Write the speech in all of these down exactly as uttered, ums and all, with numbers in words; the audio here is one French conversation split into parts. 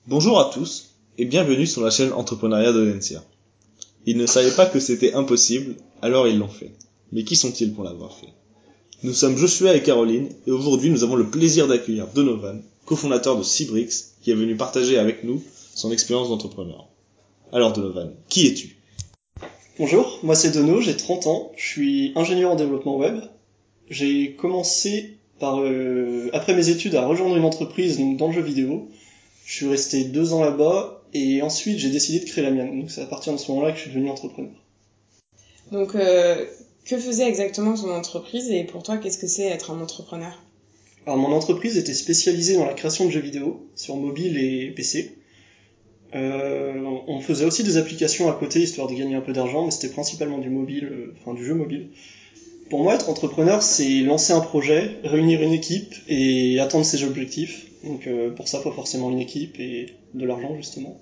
Bonjour à tous et bienvenue sur la chaîne Entrepreneuriat de Lencia. Ils ne savaient pas que c'était impossible, alors ils l'ont fait. Mais qui sont-ils pour l'avoir fait? Nous sommes Joshua et Caroline et aujourd'hui nous avons le plaisir d'accueillir Donovan, cofondateur de Cibrix, qui est venu partager avec nous son expérience d'entrepreneur. Alors Donovan, qui es-tu? Bonjour, moi c'est Dono, j'ai trente ans, je suis ingénieur en développement web. J'ai commencé par, euh, après mes études à rejoindre une entreprise donc dans le jeu vidéo. Je suis resté deux ans là-bas et ensuite j'ai décidé de créer la mienne. Donc c'est à partir de ce moment-là que je suis devenu entrepreneur. Donc euh, que faisait exactement ton entreprise et pour toi qu'est-ce que c'est être un entrepreneur? Alors mon entreprise était spécialisée dans la création de jeux vidéo sur mobile et P C. Euh, on faisait aussi des applications à côté histoire de gagner un peu d'argent, mais c'était principalement du mobile, euh, enfin du jeu mobile. Pour moi, être entrepreneur, c'est lancer un projet, réunir une équipe et atteindre ses objectifs. Donc euh, pour ça, il faut forcément une équipe et de l'argent justement.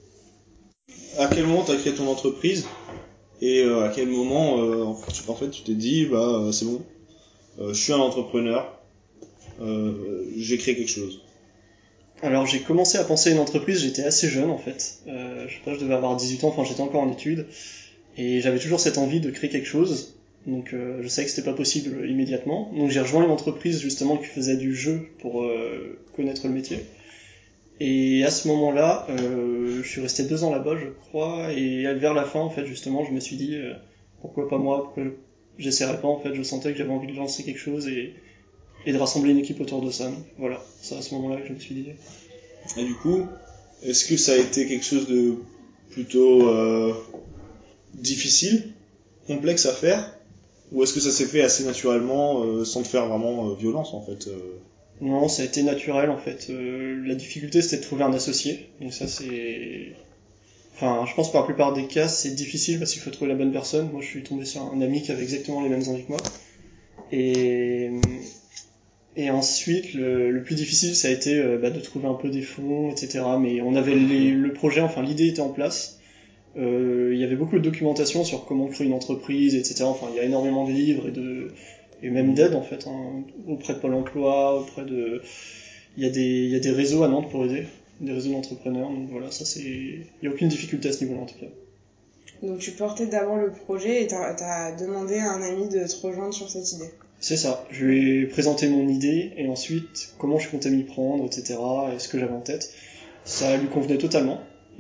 À quel moment tu as créé ton entreprise et euh, à quel moment euh, en fait, en fait tu t'es dit bah euh, c'est bon, euh, je suis un entrepreneur, euh, j'ai créé quelque chose. Alors j'ai commencé à penser à une entreprise, j'étais assez jeune en fait. Euh, je sais pas, je devais avoir dix-huit ans, enfin j'étais encore en études. Et j'avais toujours cette envie de créer quelque chose. Donc euh, je savais que c'était pas possible immédiatement. Donc j'ai rejoint une entreprise justement qui faisait du jeu pour euh, connaître le métier. Et à ce moment-là, euh, je suis resté deux ans là-bas, je crois. Et vers la fin, en fait, justement, je me suis dit euh, pourquoi pas moi, pourquoi j'essaierais pas. En fait, je sentais que j'avais envie de lancer quelque chose et, et de rassembler une équipe autour de ça. Donc, voilà, c'est à ce moment-là que je me suis dit. Et du coup, est-ce que ça a été quelque chose de plutôt euh, difficile, complexe à faire, ou est-ce que ça s'est fait assez naturellement, euh, sans te faire vraiment euh, violence en fait euh... Non, ça a été naturel en fait. Euh, la difficulté c'était de trouver un associé. Donc ça c'est... Enfin, je pense que pour la plupart des cas c'est difficile parce qu'il faut trouver la bonne personne. Moi je suis tombé sur un ami qui avait exactement les mêmes envies que moi. Et... Et ensuite, le, le plus difficile, ça a été euh, bah, de trouver un peu des fonds, et cetera. Mais on avait les, le projet, enfin l'idée était en place. Euh, il y avait beaucoup de documentation sur comment créer une entreprise, et cetera. Enfin, il y a énormément de livres et de et même d'aide en fait, hein, auprès de Pôle Emploi, auprès de, il y a des il y a des réseaux à Nantes pour aider, des réseaux d'entrepreneurs. Donc voilà, ça c'est, il y a aucune difficulté à ce niveau-là en tout cas. Donc tu portais d'abord le projet et t'as, t'as demandé à un ami de te rejoindre sur cette idée. C'est ça. Je lui ai présenté mon idée et ensuite comment je comptais m'y prendre, et cetera. Et ce que j'avais en tête. Ça lui convenait totalement.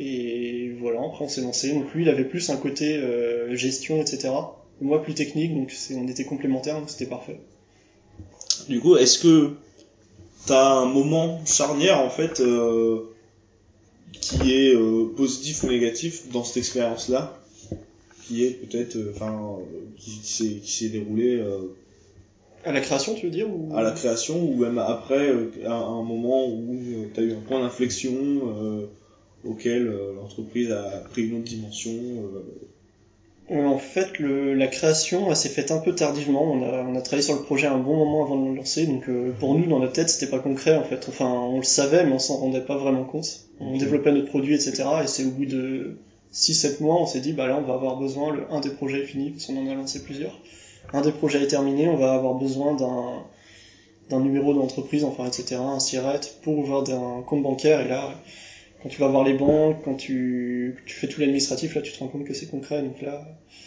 Et voilà, après on s'est lancé. Donc lui, il avait plus un côté euh, gestion, et cetera. Moi, plus technique, donc c'est, on était complémentaires, donc c'était parfait. Du coup, est-ce que t'as un moment charnière en fait euh, qui est euh, positif ou négatif dans cette expérience-là, qui est peut-être, enfin, euh, qui, qui s'est qui s'est déroulé euh, À la création, tu veux dire ou... à la création ou même après, euh, à un moment où euh, t'as eu un point d'inflexion euh, auquel euh, l'entreprise a pris une autre dimension. Euh... Euh, en fait, le, la création, elle s'est faite un peu tardivement. On a, on a travaillé sur le projet un bon moment avant de le lancer, donc euh, pour nous, dans notre tête, c'était pas concret en fait. Enfin, on le savait, mais on s'en rendait pas vraiment compte. On Okay. développait notre produit, et cetera. Et c'est au bout de six sept mois, on s'est dit, bah là, on va avoir besoin, le, un des projets est fini, parce qu'on en a lancé plusieurs. Un des projets est terminé, on va avoir besoin d'un, d'un numéro d'entreprise, enfin, et cetera, un SIRET, pour ouvrir un compte bancaire. Et là, quand tu vas voir les banques, quand tu, tu fais tout l'administratif, là, tu te rends compte que c'est concret. Donc là,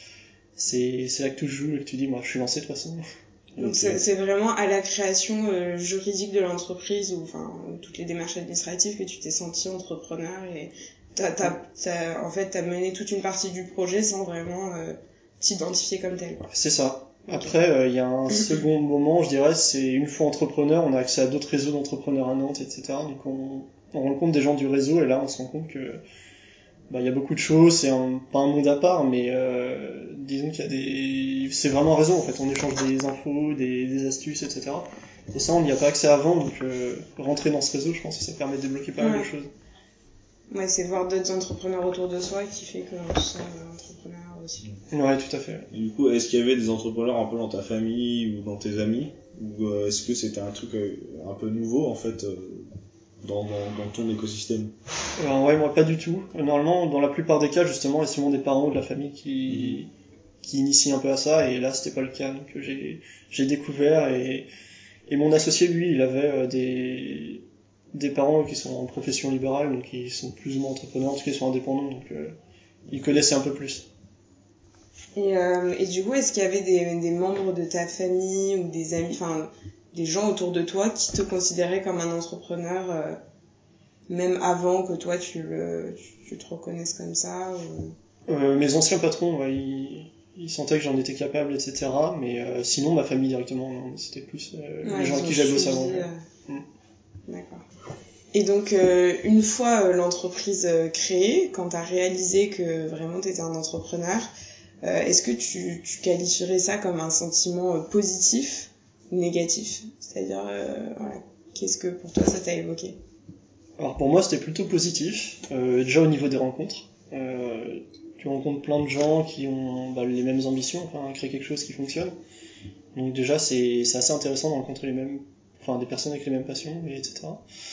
c'est, c'est là que tu joues et que tu dis, moi, je suis lancé de toute façon. Donc okay. c'est, c'est vraiment à la création euh, juridique de l'entreprise ou enfin toutes les démarches administratives que tu t'es senti entrepreneur et t'as, t'as, t'as, en fait t'as mené toute une partie du projet sans vraiment euh, t'identifier comme tel. Quoi. C'est ça. Après, il okay. euh, y a un second moment, je dirais, c'est une fois entrepreneur, on a accès à d'autres réseaux d'entrepreneurs à Nantes, et cetera. Donc on, on rencontre des gens du réseau et là on se rend compte que bah il y a beaucoup de choses, c'est un, pas un monde à part, mais euh, disons qu'il y a des, c'est vraiment un réseau en fait, on échange des infos, des, des astuces, et cetera. Et ça on n'y a pas accès avant, donc euh, rentrer dans ce réseau, je pense que ça permet de débloquer pas ouais. mal de choses. Ouais, c'est voir d'autres entrepreneurs autour de soi qui fait qu'on se sent entrepreneur aussi. Ouais, tout à fait. Et du coup, est-ce qu'il y avait des entrepreneurs un peu dans ta famille ou dans tes amis, ou euh, est-ce que c'était un truc euh, un peu nouveau en fait euh, dans, dans, dans ton écosystème? Alors, ouais, moi pas du tout. Normalement, dans la plupart des cas, justement, il y a souvent des parents ou de la famille qui, mmh. qui initient un peu à ça, et là, c'était pas le cas. Donc, j'ai, j'ai découvert, et, et mon associé, lui, il avait euh, des, des parents qui sont en profession libérale, donc qui sont plus ou moins entrepreneurs, en tout cas ils sont indépendants, donc euh, ils connaissaient un peu plus. Et, euh, et du coup, est-ce qu'il y avait des, des membres de ta famille ou des amis, enfin des gens autour de toi qui te considéraient comme un entrepreneur, euh, même avant que toi tu, le, tu, tu te reconnaisses comme ça ou... euh, Mes anciens patrons, ouais, ils, ils sentaient que j'en étais capable, et cetera. Mais euh, sinon, ma famille directement, non, c'était plus euh, ouais, les gens à qui j'avais bossé avant. Euh... Mm. D'accord. Et donc, euh, une fois euh, l'entreprise euh, créée, quand tu as réalisé que vraiment tu étais un entrepreneur, euh, est-ce que tu, tu qualifierais ça comme un sentiment euh, positif ou négatif? C'est-à-dire, euh, voilà, qu'est-ce que pour toi ça t'a évoqué? Alors pour moi, c'était plutôt positif, euh, déjà au niveau des rencontres. Euh, tu rencontres plein de gens qui ont bah, les mêmes ambitions, enfin créer quelque chose qui fonctionne. Donc déjà, c'est, c'est assez intéressant de rencontrer les mêmes, enfin des personnes avec les mêmes passions, et etc.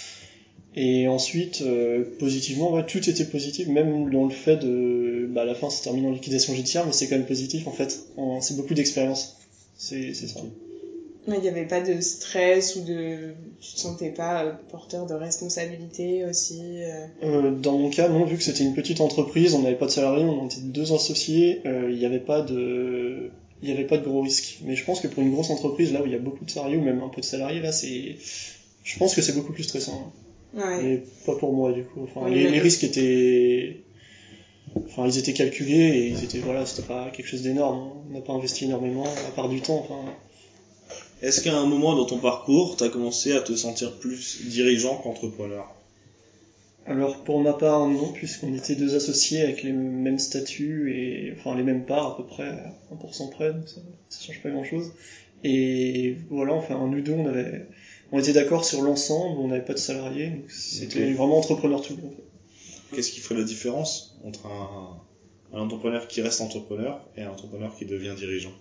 Et ensuite, euh, positivement, ouais, tout était positif, même dans le fait de, bah à la fin, c'est terminé en liquidation judiciaire, mais c'est quand même positif en fait. En, c'est beaucoup d'expérience. C'est, c'est ça. Mais il n'y avait pas de stress ou de... Tu te sentais pas euh, porteur de responsabilité aussi euh... Euh, Dans mon cas, non, vu que c'était une petite entreprise, on n'avait pas de salariés, on était deux associés, il euh, n'y avait pas de... Il n'y avait pas de gros risques. Mais je pense que pour une grosse entreprise, là où il y a beaucoup de salariés, ou même un peu de salariés, là, c'est... Je pense que c'est beaucoup plus stressant. Ouais. Mais pas pour moi, du coup. Enfin, Oui, les, les risques étaient... Enfin, ils étaient calculés, et ils étaient... Voilà, c'était pas quelque chose d'énorme. On n'a pas investi énormément, à part du temps, enfin... Est-ce qu'à un moment dans ton parcours, t'as commencé à te sentir plus dirigeant qu'entrepreneur? Alors pour ma part non, puisqu'on était deux associés avec les mêmes statuts et enfin les mêmes parts à peu près à un pour cent près, donc ça, ça change pas grand chose. Et voilà, enfin nous deux on avait on était d'accord sur l'ensemble, on n'avait pas de salariés, donc c'était okay. Vraiment entrepreneur tout. En fait. Qu'est-ce qui ferait la différence entre un, un entrepreneur qui reste entrepreneur et un entrepreneur qui devient dirigeant?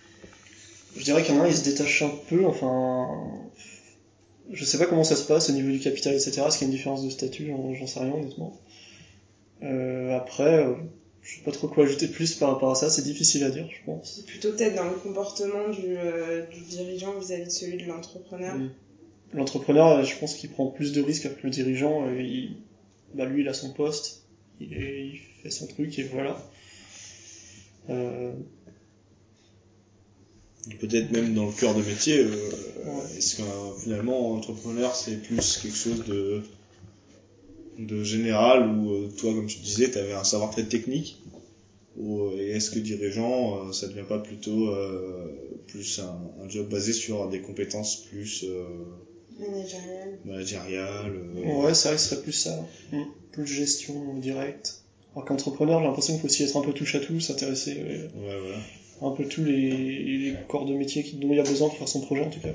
Je dirais qu'il y en a un, il se détache un peu, enfin je sais pas comment ça se passe au niveau du capital, et cetera. Est-ce qu'il y a une différence de statut? J'en, j'en sais rien, honnêtement. Euh, après, euh, je sais pas trop quoi ajouter de plus par rapport à ça, c'est difficile à dire, je pense. C'est plutôt peut-être dans le comportement du, euh, du dirigeant vis-à-vis de celui de l'entrepreneur. Mmh. L'entrepreneur, je pense qu'il prend plus de risques que le dirigeant. Euh, il, bah lui, il a son poste, il, est, il fait son truc, et voilà. Euh... Peut-être même dans le cœur de métier, euh, ouais. Est-ce que euh, finalement entrepreneur c'est plus quelque chose de de général où euh, toi comme tu disais tu avais un savoir très technique ou, et est-ce que dirigeant euh, ça devient pas plutôt euh, plus un, un job basé sur des compétences plus euh, managériales managériales euh... Ouais, c'est vrai que ce serait plus ça, mmh. Plus de gestion directe. Alors qu'entrepreneur, j'ai l'impression qu'il faut aussi être un peu touche à tout, s'intéresser euh, ouais, voilà. un peu tous les, les corps de métier dont il y a besoin pour faire son projet en tout cas.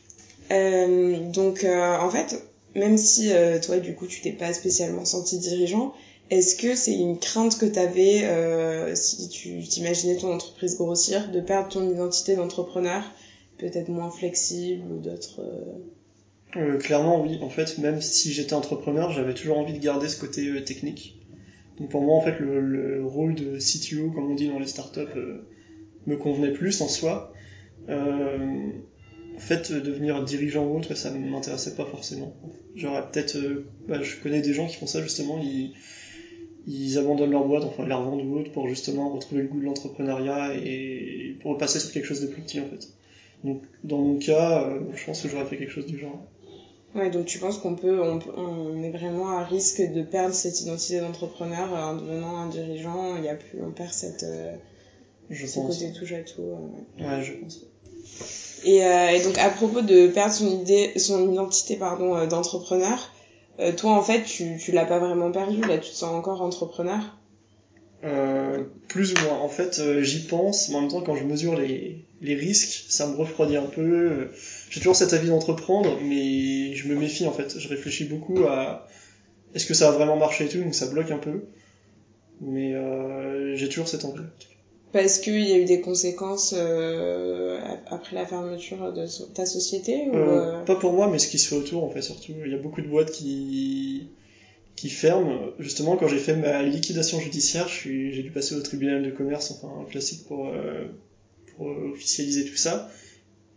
Euh, donc euh, en fait, même si euh, toi du coup tu t'es pas spécialement senti dirigeant, est-ce que c'est une crainte que t'avais euh, si tu t'imaginais ton entreprise grossir, de perdre ton identité d'entrepreneur, peut-être moins flexible ou d'autres euh... Euh, clairement oui, en fait même si j'étais entrepreneur, j'avais toujours envie de garder ce côté euh, technique. Donc pour moi en fait le, le rôle de C T O comme on dit dans les startups euh, me convenait plus en soi. Euh, en fait, devenir dirigeant ou autre, ça ne m'intéressait pas forcément. J'aurais peut-être, euh, bah, je connais des gens qui font ça justement, ils, ils abandonnent leur boîte, enfin ils la revendent ou autre pour justement retrouver le goût de l'entrepreneuriat et pour repasser sur quelque chose de plus petit en fait. Donc dans mon cas, euh, je pense que j'aurais fait quelque chose du genre. Ouais, donc tu penses qu'on peut, on, on est vraiment à risque de perdre cette identité d'entrepreneur en devenant un dirigeant, il y a plus, on perd cette, euh, je ce pense. côté touche à tout. Euh, ouais. ouais, je pense. Et, euh, et donc à propos de perdre son idée, son identité pardon euh, d'entrepreneur, euh, toi en fait tu tu l'as pas vraiment perdu, là tu te sens encore entrepreneur? Euh, plus ou moins. En fait, euh, j'y pense, mais en même temps quand je mesure les les risques, ça me refroidit un peu. J'ai toujours cette envie d'entreprendre, mais je me méfie en fait. Je réfléchis beaucoup à est-ce que ça va vraiment marcher et tout, donc ça bloque un peu. Mais euh, j'ai toujours cette envie. Parce qu'il y a eu des conséquences euh, après la fermeture de ta société ou euh, euh... Pas pour moi, mais ce qui se fait autour en fait surtout. Il y a beaucoup de boîtes qui qui ferment. Justement, quand j'ai fait ma liquidation judiciaire, je suis, j'ai dû passer au tribunal de commerce, enfin un classique pour euh, pour officialiser tout ça.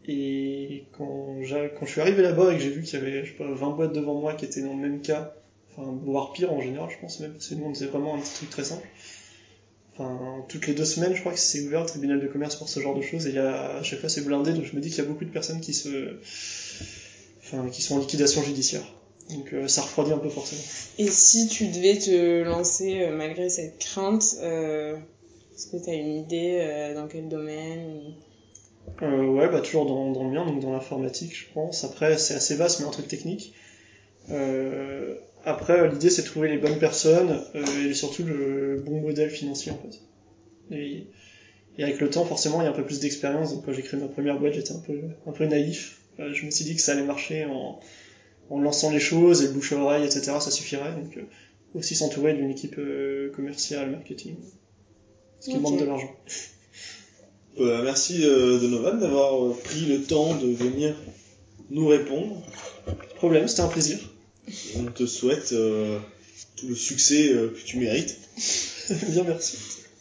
Et quand, j'ai, quand je suis arrivé là-bas et que j'ai vu qu'il y avait, je sais pas, vingt boîtes devant moi qui étaient dans le même cas, enfin, voire pire en général, je pense même, parce que nous on faisait vraiment un petit truc très simple. Enfin, toutes les deux semaines, je crois que c'est ouvert le tribunal de commerce pour ce genre de choses, et il y a, à chaque fois c'est blindé, donc je me dis qu'il y a beaucoup de personnes qui se, enfin, qui sont en liquidation judiciaire. Donc euh, ça refroidit un peu forcément. Et si tu devais te lancer euh, malgré cette crainte, euh, est-ce que tu as une idée euh, dans quel domaine? euh, Ouais, bah toujours dans, dans le mien, donc dans l'informatique, je pense. Après, c'est assez vaste, mais un truc technique. Euh, après, l'idée c'est de trouver les bonnes personnes euh, et surtout le bon modèle financier en fait. Et, et avec le temps, forcément, il y a un peu plus d'expérience. Donc quand j'ai créé ma première boîte, j'étais un peu, un peu naïf. Euh, je me suis dit que ça allait marcher en, en lançant les choses et le bouche à oreille, et cetera. Ça suffirait. Donc euh, aussi s'entourer d'une équipe euh, commerciale, marketing, ce qui Ok. demande de l'argent. Euh, merci euh, Donovan d'avoir euh, pris le temps de venir nous répondre. Pas de problème, c'était un plaisir. On te souhaite euh, tout le succès euh, que tu mérites. Bien, merci.